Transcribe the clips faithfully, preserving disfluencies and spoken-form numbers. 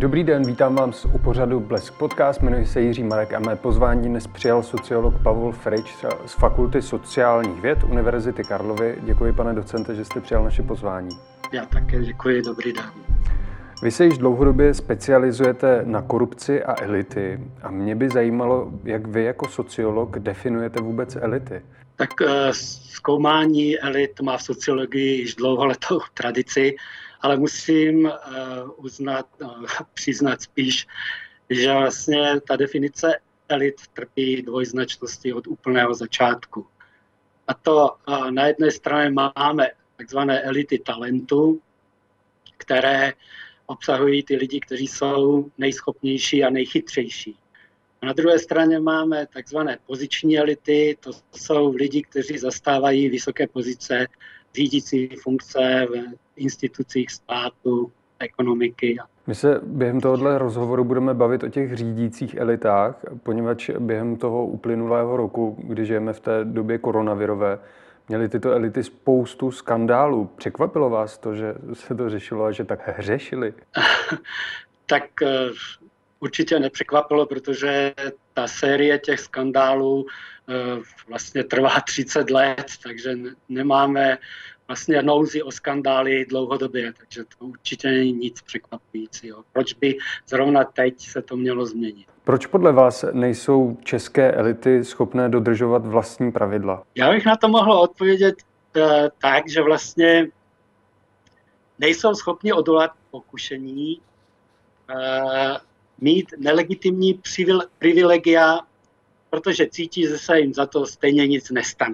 Dobrý den, vítám vás u pořadu Blesk Podcast, jmenuji se Jiří Marek a mé pozvání dnes přijal sociolog Pavol Frič z Fakulty sociálních věd Univerzity Karlovy. Děkuji, pane docente, že jste přijal naše pozvání. Já také děkuji, dobrý den. Vy se již dlouhodobě specializujete na korupci a elity a mě by zajímalo, jak vy jako sociolog definujete vůbec elity. Tak zkoumání elit má v sociologii již dlouholetou tradici, ale musím uznat, přiznat spíš, že vlastně ta definice elit trpí dvojznačností od úplného začátku. A to na jedné straně máme takzvané elity talentu, které obsahují ty lidi, kteří jsou nejschopnější a nejchytřejší. A na druhé straně máme takzvané poziční elity, to jsou lidi, kteří zastávají vysoké pozice, řídící funkce v institucích státu, ekonomiky. My se během tohoto rozhovoru budeme bavit o těch řídících elitách, poněvadž během toho uplynulého roku, kdy žijeme v té době koronavirové, měly tyto elity spoustu skandálů. Překvapilo vás to, že se to řešilo a že tak hřešili? Tak určitě nepřekvapilo, protože ta série těch skandálů vlastně trvá třicet let, takže nemáme vlastně nouzi o skandály dlouhodobě, takže to určitě není nic překvapujícího. Proč by zrovna teď se to mělo změnit? Proč podle vás nejsou české elity schopné dodržovat vlastní pravidla? Já bych na to mohl odpovědět t- tak, že vlastně nejsou schopni odolat pokušení uh, mít nelegitimní přivile- privilegia, protože cítí, že se jim za to stejně nic nestane.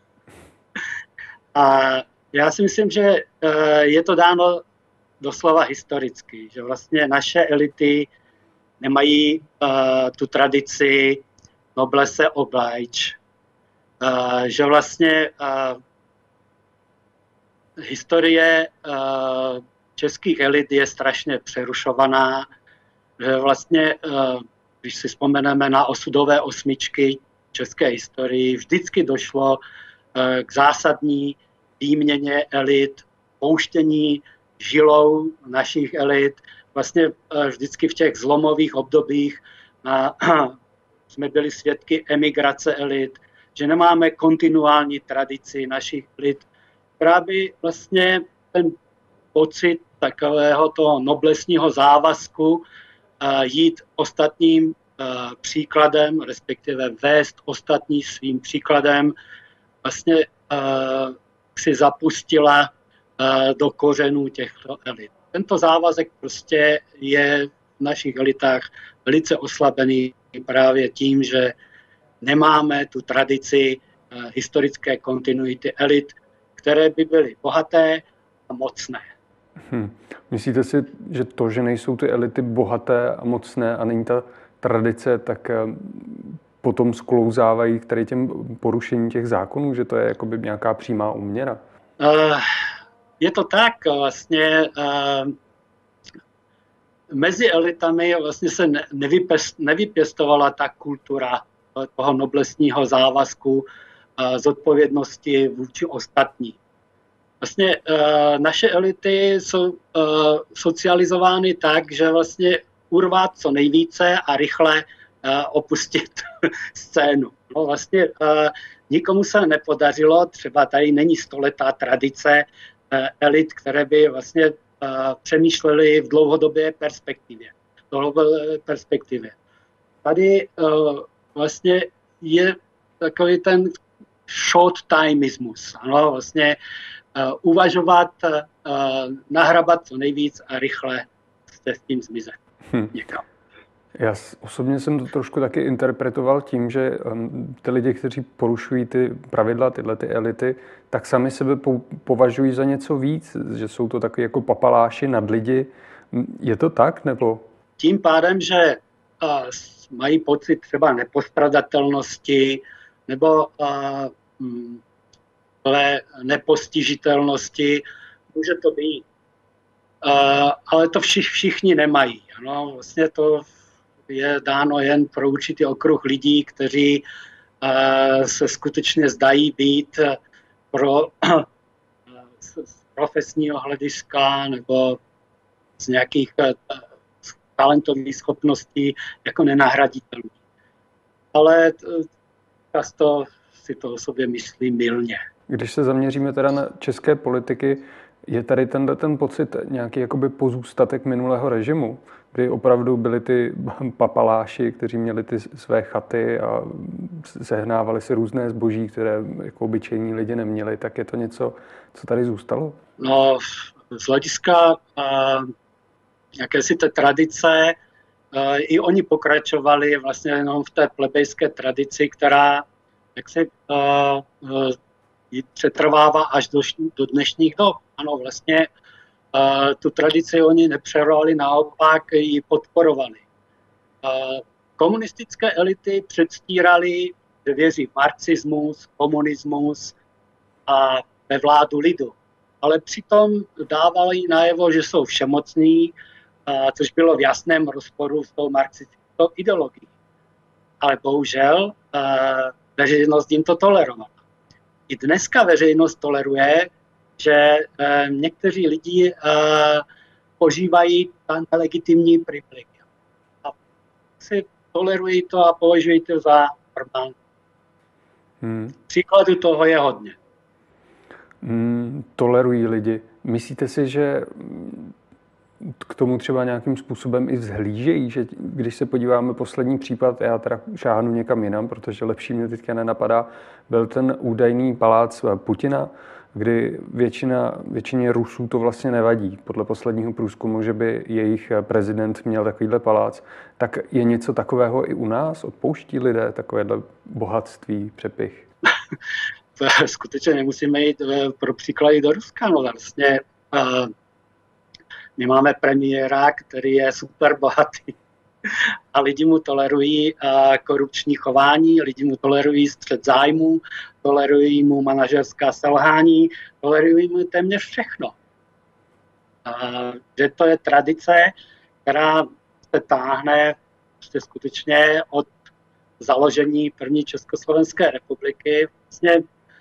A já si myslím, že uh, je to dáno doslova historicky, že vlastně naše elity nemají uh, tu tradici noblesse oblige, uh, že vlastně uh, historie uh, českých elit je strašně přerušovaná, že vlastně, uh, když si vzpomeneme na osudové osmičky české historii, vždycky došlo uh, k zásadní výměně elit, pouštění žilou našich elit. Vlastně vždycky v těch zlomových obdobích a, jsme byli svědky emigrace elit, že nemáme kontinuální tradici našich elit. Právě vlastně ten pocit takového toho noblesního závazku a jít ostatním a, příkladem, respektive vést ostatní svým příkladem, vlastně a, si zapustila a, do kořenů těchto elit. Tento závazek prostě je v našich elitách velice oslabený právě tím, že nemáme tu tradici uh, historické kontinuity elit, které by byly bohaté a mocné. Hmm. Myslíte si, že to, že nejsou ty elity bohaté a mocné a není ta tradice, tak uh, potom sklouzávají k tady těm porušení těch zákonů, že to je jakoby nějaká přímá úměra? Uh, Je to tak, vlastně uh, mezi elitami vlastně se nevypěst, nevypěstovala ta kultura toho noblesního závazku, uh, zodpovědnosti vůči ostatní. Vlastně uh, naše elity jsou uh, socializovány tak, že vlastně urvat co nejvíce a rychle uh, opustit scénu. No, vlastně uh, nikomu se nepodařilo, třeba tady není stoletá tradice elit, které by vlastně uh, přemýšleli v dlouhodobé perspektivě. Dlouhodobé perspektivě. Tady uh, vlastně je takový ten short timeismus. Ano, vlastně uh, uvažovat, uh, nahrabat co nejvíc a rychle se s tím zmizet hm. někam. Já osobně jsem to trošku taky interpretoval tím, že ty lidi, kteří porušují ty pravidla, tyhle ty elity, tak sami sebe považují za něco víc, že jsou to taky jako papaláši nad lidi. Je to tak, nebo? Tím pádem, že uh, mají pocit třeba nepostradatelnosti nebo uh, nepostižitelnosti, může to být. Uh, ale to všich, všichni nemají. Ano? Vlastně to je dáno jen pro určitý okruh lidí, kteří uh, se skutečně zdají být pro, uh, z profesního hlediska nebo z nějakých uh, talentových schopností jako nenahraditelný. Ale často si to o sobě myslí mylně. Když se zaměříme teda na české politiky, je tady ten, ten pocit nějaký jakoby pozůstatek minulého režimu, kdy opravdu byli ty papaláši, kteří měli ty své chaty a sehnávali si různé zboží, které jako obyčejní lidi neměli, tak je to něco, co tady zůstalo? No, z hlediska uh, jakési té tradice, uh, i oni pokračovali vlastně jenom v té plebejské tradici, která jak se uh, uh, přetrvává až do, do dnešních dob. Ano, vlastně uh, tu tradici oni nepřervali, naopak ji podporovali. Uh, komunistické elity předstírali, že věří v marxismus, komunismus a ve vládu lidu. Ale přitom dávali najevo, že jsou všemocní, uh, což bylo v jasném rozporu s tou marxistickou ideologií. Ale bohužel uh, veřejnost jim to tolerovala. I dneska veřejnost toleruje, že eh, někteří lidi eh, požívají ta nelegitimní privilegia. A si tolerují to a považují to za normální. Hmm. Příkladu toho je hodně. Hmm, tolerují lidi. Myslíte si, že k tomu třeba nějakým způsobem i vzhlížejí, že když se podíváme poslední případ, já teda šáhnu někam jinam, protože lepší mě teďka nenapadá, byl ten údajný palác Putina, kdy většina, většině Rusů to vlastně nevadí. Podle posledního průzkumu, že by jejich prezident měl takovýhle palác. Tak je něco takového i u nás? Odpouští lidé takovéhle bohatství, přepich? Skutečně nemusíme jít pro příklady do Ruska. No vlastně uh... my máme premiéra, který je super bohatý a lidi mu tolerují korupční chování, lidi mu tolerují střet zájmů, tolerují mu manažerská selhání, tolerují mu téměř všechno. A že to je tradice, která se táhne prostě skutečně od založení první Československé republiky. Vlastně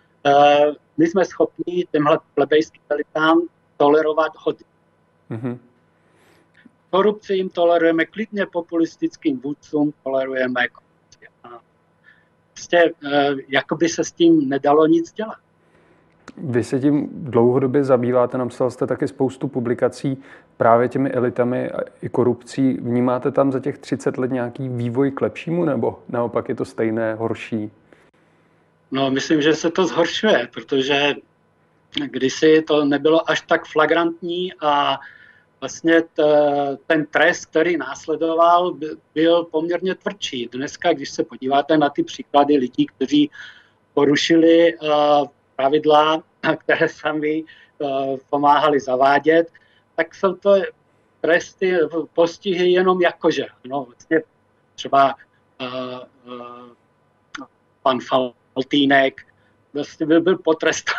my jsme schopni těmhle plebejským elitám tolerovat hodně. Mm-hmm. Korupci jim tolerujeme, klidně populistickým vůdcům tolerujeme korupci. A prostě jakoby se s tím nedalo nic dělat. Vy se tím dlouhodobě zabýváte, napsal jste taky spoustu publikací právě těmi elitami i korupcí. Vnímáte tam za těch třicet let nějaký vývoj k lepšímu, nebo naopak je to stejné, horší? No, myslím, že se to zhoršuje, protože kdysi to nebylo až tak flagrantní a vlastně t- ten trest, který následoval, byl poměrně tvrdší. Dneska, když se podíváte na ty příklady lidí, kteří porušili uh, pravidla, které sami uh, pomáhali zavádět, tak jsou to tresty, postihy jenom jakože. No, vlastně třeba uh, uh, pan Faltýnek vlastně byl, byl potrestán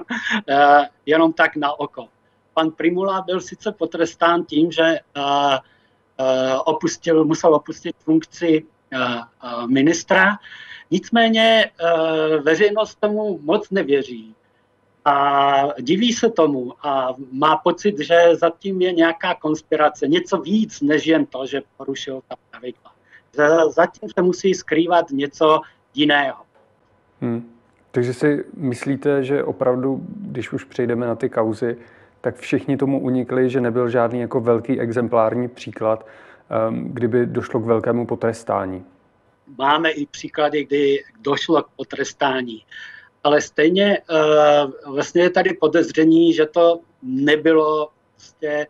jenom tak na oko. Pan Prymula byl sice potrestán tím, že uh, uh, opustil, musel opustit funkci uh, uh, ministra, nicméně uh, veřejnost tomu moc nevěří a diví se tomu a má pocit, že zatím je nějaká konspirace, něco víc než jen to, že porušil ta pravidla. Zatím se musí skrývat něco jiného. Hmm. Takže si myslíte, že opravdu, když už přejdeme na ty kauzy, tak všichni tomu unikli, že nebyl žádný jako velký exemplární příklad, kdyby došlo k velkému potrestání? Máme i příklady, kdy došlo k potrestání, ale stejně vlastně je tady podezření, že to nebylo vlastně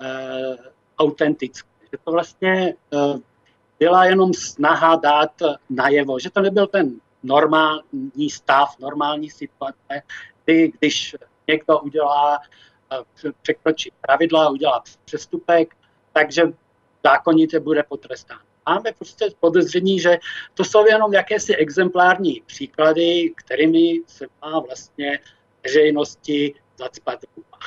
autentické. Že to vlastně byla jenom snaha dát najevo, že to nebyl ten normální stav, normální situace, kdy když někdo udělá, překročí pravidla, udělá přestupek, takže zákonitě bude potrestán. Máme prostě podezření, že to jsou jenom jakési exemplární příklady, kterými se má vlastně veřejnosti zacpat rupa.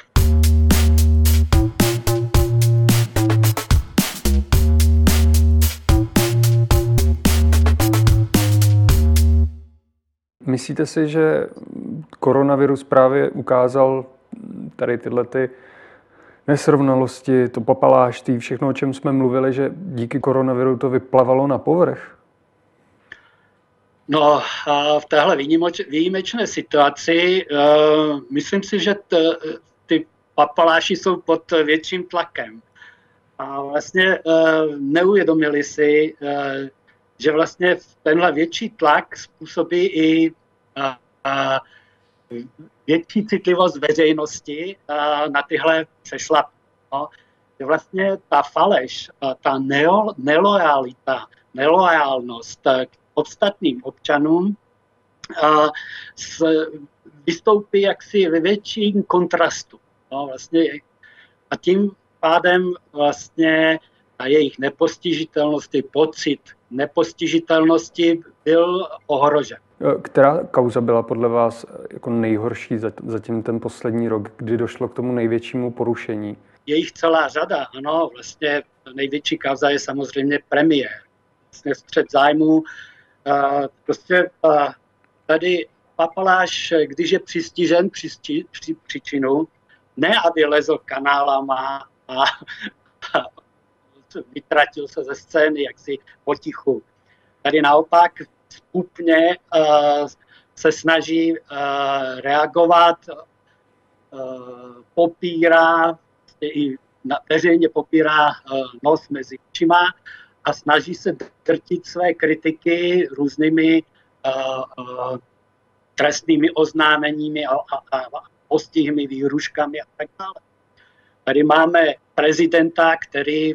Myslíte si, že koronavirus právě ukázal tady tyhle ty nesrovnalosti, to papalášství, všechno, o čem jsme mluvili, že díky koronaviru to vyplavalo na povrch? No, v téhle výjimečné situaci uh, myslím si, že t, ty papaláši jsou pod větším tlakem. A vlastně uh, neuvědomili si, uh, že vlastně tenhle větší tlak způsobí i uh, uh, větší citlivost veřejnosti uh, na tyhle přešlapy. No. Že vlastně ta faleš, uh, ta neo, nelojalita, nelojálnost uh, k ostatním občanům uh, s, vystoupí jaksi ve větším kontrastu. No, vlastně, a tím pádem vlastně ta jejich nepostižitelnost, pocit nepostižitelnosti byl ohrožen. Která kauza byla podle vás jako nejhorší zatím ten poslední rok, kdy došlo k tomu největšímu porušení? Je jich celá řada, ano. Vlastně největší kauza je samozřejmě premiér. Vlastně střet zájmů. Prostě tady papaláš, když je přistižen při, při příčinu, ne aby lezl kanálama a, a vytratil se ze scény jaksi potichu. Tady naopak skupně uh, se snaží uh, reagovat, uh, popírá, i na, veřejně popírá uh, nos mezi očima a snaží se drtit své kritiky různými uh, uh, trestnými oznámeními a, a, a postihmi, výhruškami a tak dále. Tady máme prezidenta, který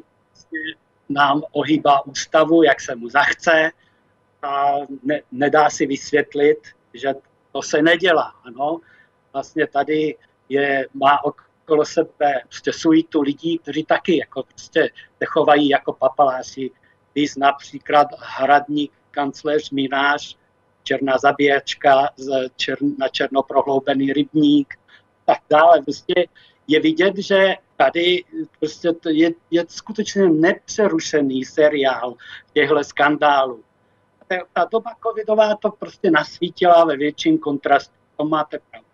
nám ohýbá ústavu, jak se mu zachce a ne, nedá si vysvětlit, že to se nedělá. Ano? Vlastně tady je, má okolo sebe prostě suitu lidí, kteří taky jako prostě se chovají jako papaláši. Víc například hradní kancléř Minář, černá zabíjačka, čer, na černo prohloubený rybník, tak dále. Prostě je vidět, že tady prostě to je, je skutečně nepřerušený seriál těchto skandálů. Ta doba covidová to prostě nasvítila ve větším kontrastu. To máte pravdu.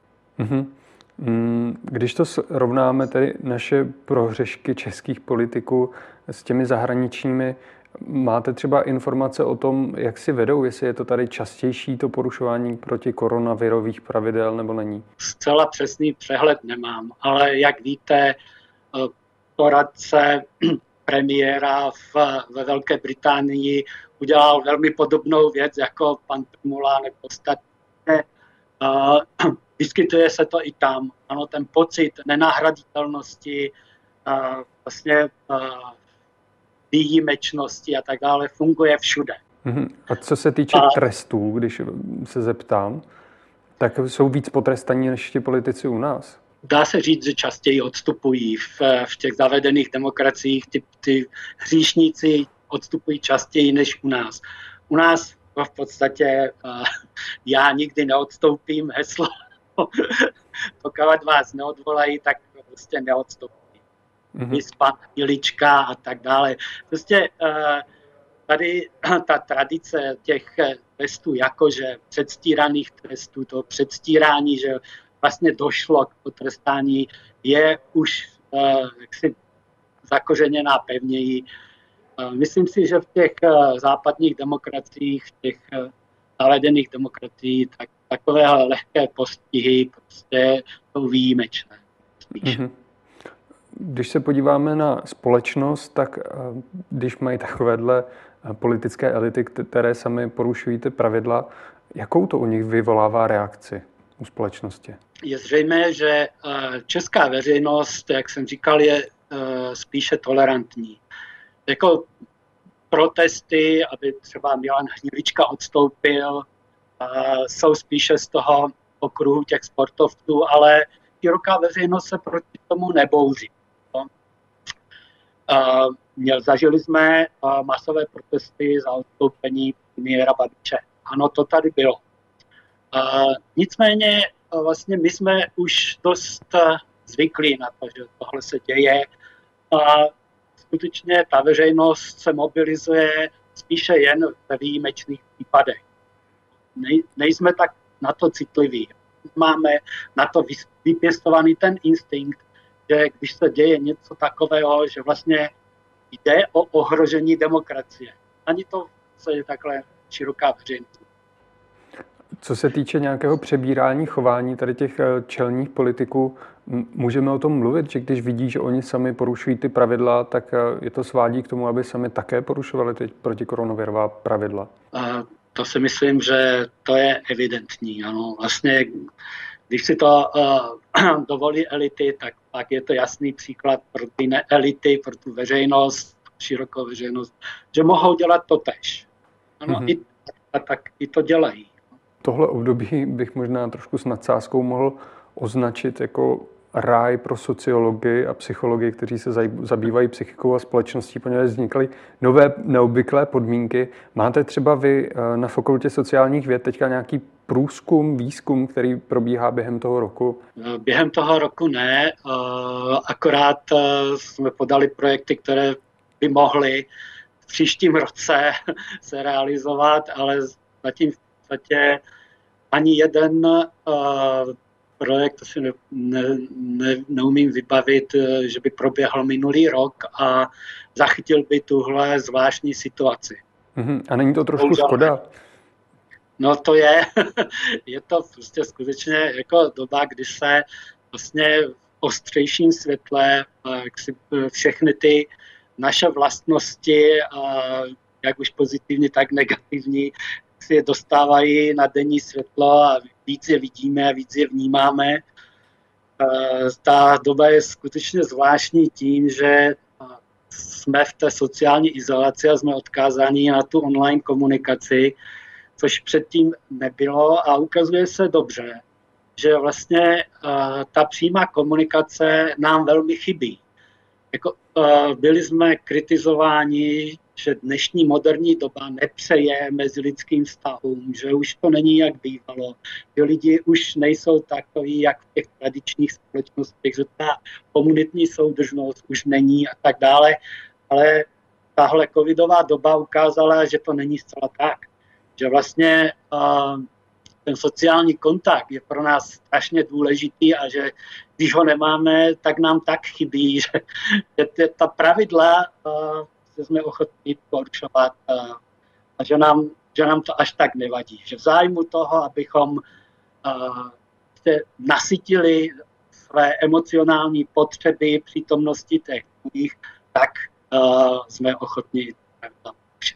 Mm-hmm. Když to srovnáme tedy naše prohřešky českých politiků s těmi zahraničními, máte třeba informace o tom, jak si vedou, jestli je to tady častější to porušování proti koronavirových pravidel nebo není? Zcela přesný přehled nemám, ale jak víte, poradce premiéra v, ve Velké Británii udělal velmi podobnou věc jako pan Primula nebo ostatní. Uh, vyskytuje se to i tam. Ano, ten pocit nenahraditelnosti, uh, vlastně uh, výjimečnosti a tak dále funguje všude. A co se týče a... trestů, když se zeptám, tak jsou víc potrestaní než ti politici u nás? Dá se říct, že častěji odstupují v, v těch zavedených demokraciích. Ty, ty hříšníci odstupují častěji než u nás. U nás v podstatě uh, já nikdy neodstoupím heslo. Pokud vás neodvolají, tak prostě neodstoupím. Mm-hmm. Pan Ilička a tak dále. Prostě uh, tady ta tradice těch trestů, jakože předstíraných trestů, to předstírání, že vlastně došlo k potrestání, je už uh, jaksi zakořeněná pevněji. Uh, myslím si, že v těch uh, západních demokraciích, v těch uh, zavedených demokraciích, tak takové lehké postihy prostě jsou výjimečné. Mm-hmm. Když se podíváme na společnost, tak když mají takovéhle politické elity, které sami porušují ty pravidla, jakou to u nich vyvolává reakci u společnosti? Je zřejmé, že česká veřejnost, jak jsem říkal, je spíše tolerantní. Jako protesty, aby třeba Milan Hnilička odstoupil, jsou spíše z toho okruhu těch sportovců, ale široká veřejnost se proti tomu nebouří. Uh, měl, zažili jsme uh, masové protesty za odstoupení premiéra Babiše. Ano, to tady bylo. Uh, nicméně uh, vlastně my jsme už dost uh, zvyklí na to, že tohle se děje. Uh, skutečně ta veřejnost se mobilizuje spíše jen ve výjimečných případech. Nej, nejsme tak na to citliví. Máme na to vypěstovaný ten instinkt, že když se děje něco takového, že vlastně jde o ohrožení demokracie. Ani to je takhle široká veřejnost. Co se týče nějakého přebírání chování tady těch čelních politiků, můžeme o tom mluvit, že když vidí, že oni sami porušují ty pravidla, tak je to svádí k tomu, aby sami také porušovali ty protikoronavirová pravidla? A to si myslím, že to je evidentní. Ano. Vlastně, když si to uh, dovolí elity, tak pak je to jasný příklad pro ty elity, pro tu veřejnost, širokou veřejnost, že mohou dělat to tež. Ano, mm-hmm. i, a tak i to dělají. Tohle období bych možná trošku s nadsázkou mohl označit jako ráj pro sociologii a psychologii, kteří se zabývají psychikou a společností, poněvadž vznikaly nové neobvyklé podmínky. Máte třeba vy na Fakultě sociálních věd teďka nějaký průzkum, výzkum, který probíhá během toho roku? Během toho roku ne, akorát jsme podali projekty, které by mohly v příštím roce se realizovat, ale zatím v podstatě ani jeden projekt, to si ne, ne, ne, neumím vybavit, že by proběhl minulý rok a zachytil by tuhle zvláštní situaci. Mm-hmm. A není to trošku Bohužel. škoda? No to je, je to prostě skutečně jako doba, kdy se vlastně v ostřejším světle jak si všechny ty naše vlastnosti, jak už pozitivní, tak negativní, si je dostávají na denní světlo a víc je vidíme, víc je vnímáme. Ta doba je skutečně zvláštní tím, že jsme v té sociální izolaci a jsme odkázáni na tu online komunikaci, což předtím nebylo a ukazuje se dobře, že vlastně ta přímá komunikace nám velmi chybí. Jako, byli jsme kritizováni, že dnešní moderní doba nepřeje mezilidským vztahům, že už to není, jak bývalo, že lidi už nejsou takový, jak v těch tradičních společnostech, že ta komunitní soudržnost už není a tak dále, ale tahle covidová doba ukázala, že to není zcela tak, že vlastně uh, ten sociální kontakt je pro nás strašně důležitý a že když ho nemáme, tak nám tak chybí, že, že ta pravidla uh, jsme ochotní porušovat uh, a že nám, že nám to až tak nevadí. Že v zájmu toho, abychom uh, se nasytili své emocionální potřeby přítomnosti těch druhých, tak uh, jsme ochotní tam ušet.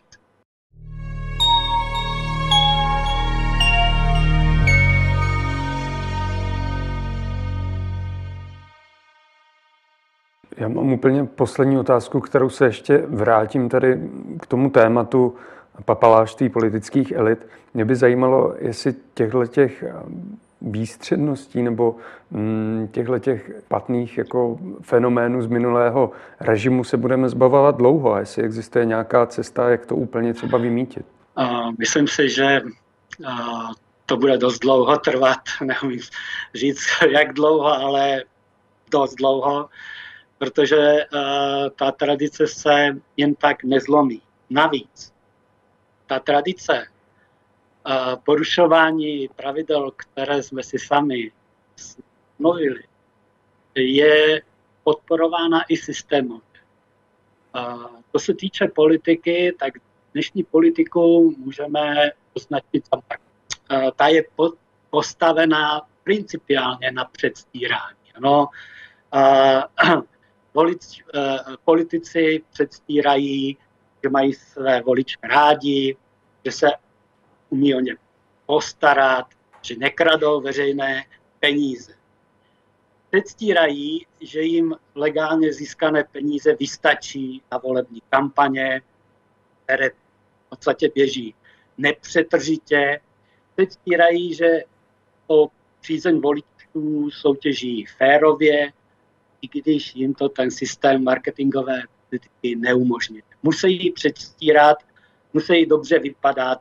Já mám úplně poslední otázku, kterou se ještě vrátím tady k tomu tématu papalášství politických elit. Mě by zajímalo, jestli těchto těch výstředností nebo těchto těch patných jako fenoménů z minulého režimu se budeme zbavovat dlouho a jestli existuje nějaká cesta, jak to úplně třeba vymítit. Uh, myslím si, že uh, to bude dost dlouho trvat. Neumím říct, jak dlouho, ale dost dlouho. Protože uh, ta tradice se jen tak nezlomí. Navíc, ta tradice uh, porušování pravidel, které jsme si sami stanovili, je podporována i systémově. Uh, to se týče politiky, tak dnešní politiku můžeme označit za uh, ta je pod, postavená principiálně na předstírání. No, uh, Volič, eh, politici předstírají, že mají své voliče rádi, že se umí o ně postarat, že nekradou veřejné peníze. Předstírají, že jim legálně získané peníze vystačí na volební kampaně, které v podstatě běží nepřetržitě. Předstírají, že o přízeň voličů soutěží férově, i když jim to ten systém marketingové politiky neumožňuje. Musí předstírat, musí dobře vypadat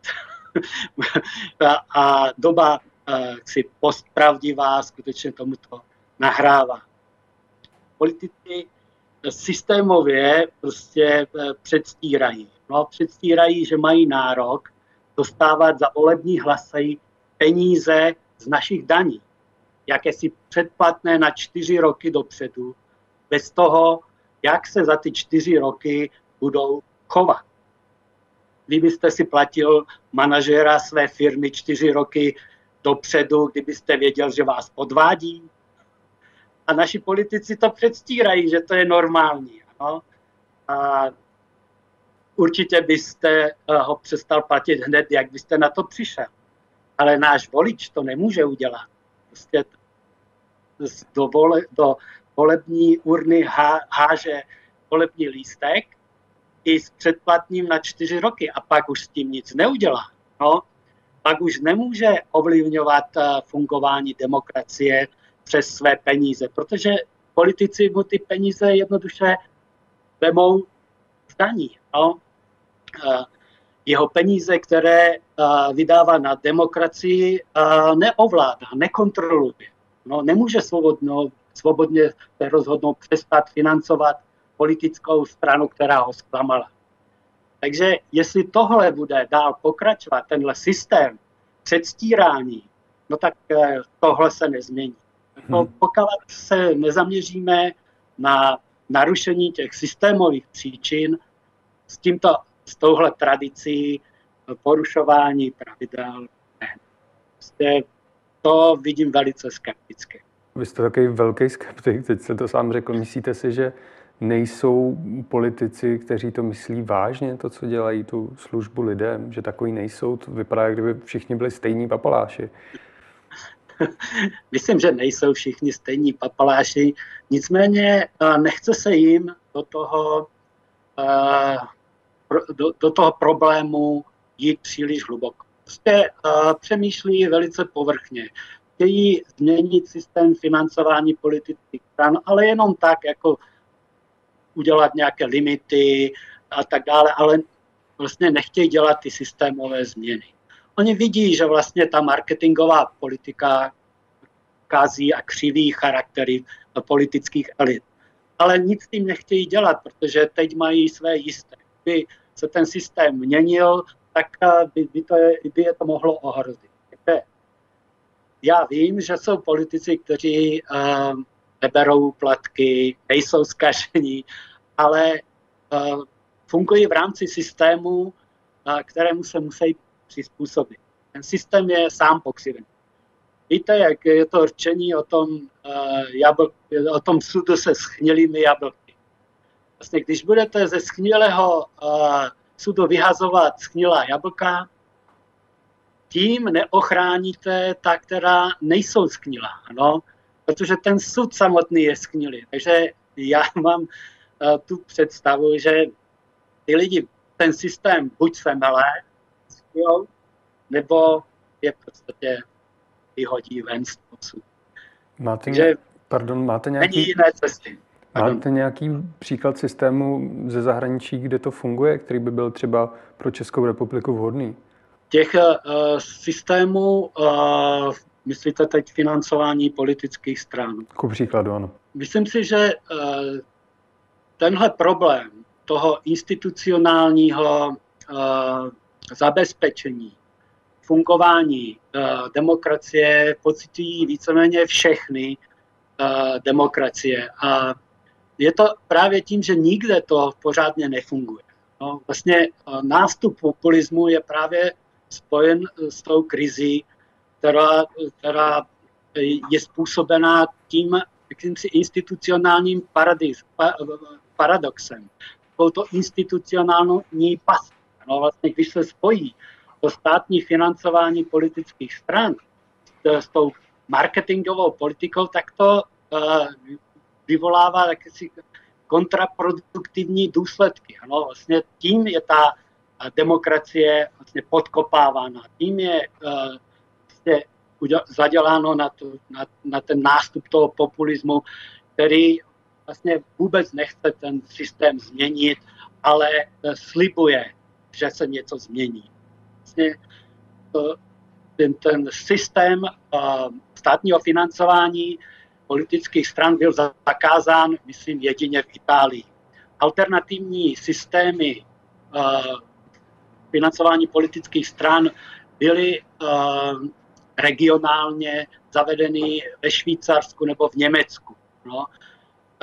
a, a doba si postpravdivá skutečně tomuto nahrává. Politici systémově prostě předstírají. No, předstírají, že mají nárok dostávat za volební hlasy peníze z našich daní. Jakési předplatné na čtyři roky dopředu, bez toho, jak se za ty čtyři roky budou chovat. Vy byste si platil manažera své firmy čtyři roky dopředu, kdybyste věděl, že vás podvádí. A naši politici to předstírají, že to je normální. Ano? A určitě byste ho přestal platit hned, jak byste na to přišel. Ale náš volič to nemůže udělat. Prostě do, vole, do volební urny há, háže volební lístek i s předplatním na čtyři roky a pak už s tím nic neudělá. No, pak už nemůže ovlivňovat fungování demokracie přes své peníze, protože politici mu ty peníze jednoduše vemou z daní. No. Jeho peníze, které vydává na demokracii, neovládá, nekontroluje. No, nemůže svobodno, svobodně se rozhodnout přestat financovat politickou stranu, která ho zklamala. Takže jestli tohle bude dál pokračovat, tenhle systém předstírání, no tak tohle se nezmění. No, pokud se nezaměříme na narušení těch systémových příčin s tímto, s touhle tradicí porušování pravidel, ne. Prostě to vidím velice skepticky. Vy jste takový velký skeptik, teď jste to sám řekl. Myslíte si, že nejsou politici, kteří to myslí vážně, to, co dělají, tu službu lidem, že takový nejsou? To vypadá, jak kdyby všichni byli stejní papaláši. Myslím, že nejsou všichni stejní papaláši, nicméně nechce se jim do toho, do, do toho problému jít příliš hluboko. Prostě přemýšlí velice povrchně. Chtějí změnit systém financování politických stran, ale jenom tak, jako udělat nějaké limity a tak dále, ale vlastně nechtějí dělat ty systémové změny. Oni vidí, že vlastně ta marketingová politika kazí a křiví charaktery politických elit. Ale nic tím nechtějí dělat, protože teď mají své jisté. Kdyby se ten systém měnil, tak by, by, to, je, by je to mohlo ohrozit. Já vím, že jsou politici, kteří uh, neberou platky, nejsou zkažení, ale uh, fungují v rámci systému, uh, kterému se musí přizpůsobit. Ten systém je sám pokřivený. Víte, jak je to rčení o tom, uh, jabl, o tom sudu se schnilými jablky. Vlastně, když budete ze schnilého uh, sudu vyhazovat schnilá jablka, tím neochráníte ta, která nejsou schnilá, ano? Protože ten sud samotný je schnilý. Takže já mám uh, tu představu, že ty lidi ten systém buď se melé, nebo je prostě vyhodí ven z toho sudu. Máte, ně... Pardon, máte nějaký... Není jiné cesty. Pardon. Máte nějaký příklad systému ze zahraničí, kde to funguje, který by byl třeba pro Českou republiku vhodný? Těch uh, systémů, uh, myslíte teď financování politických stran? Ku příkladu, ano. Myslím si, že uh, tenhle problém toho institucionálního uh, zabezpečení, fungování uh, demokracie pocitují víceméně všechny uh, demokracie. A je to právě tím, že nikde to pořádně nefunguje. No, vlastně uh, nástup populismu je právě spojen s tou krizí, která, která je způsobená tím jakýmsi institucionálním paradis, pa, paradoxem. To institucionální pas. No, vlastně, když se spojí to státní financování politických stran s, s tou marketingovou politikou, tak to uh, vyvolává jakési kontraproduktivní důsledky. Ano, vlastně tím je ta demokracie vlastně podkopávána. Tím je uh, vlastně zaděláno na, to, na, na ten nástup toho populismu, který vlastně vůbec nechce ten systém změnit, ale uh, slibuje, že se něco změní. Vlastně uh, ten, ten systém uh, státního financování politických stran byl zakázán, myslím, jedině v Itálii. Alternativní systémy uh, financování politických stran byly uh, regionálně zavedeny ve Švýcarsku nebo v Německu. No.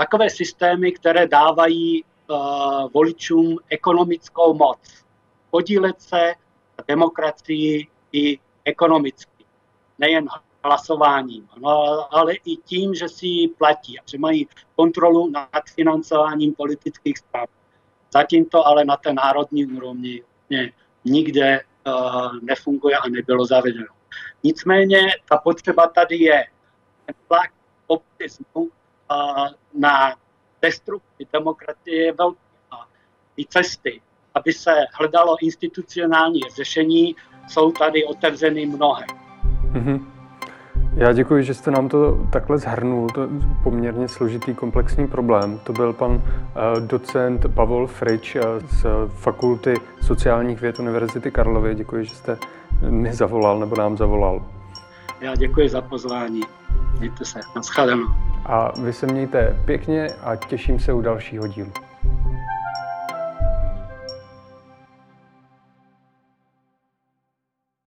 takové systémy, které dávají uh, voličům ekonomickou moc. Podílet se na demokracii i ekonomicky. Nejen hlasováním, no, ale i tím, že si ji platí a že mají kontrolu nad financováním politických stran. Zatím to ale na té národní úrovni ne, nikde uh, nefunguje a nebylo zavedeno. Nicméně ta potřeba tady je. Ten tlak populismu uh, na destrukci demokracie je velký. A ty cesty, aby se hledalo institucionální řešení, jsou tady otevřeny mnohé. Mm-hmm. Já děkuji, že jste nám to takhle shrnul, to je poměrně složitý komplexní problém. To byl pan uh, docent Pavol Frič uh, z Fakulty sociálních věd Univerzity Karlovy. Děkuji, že jste mi zavolal nebo nám zavolal. Já děkuji za pozvání. Mějte se. Naschledanou. A vy se mějte pěkně a těším se u dalšího dílu.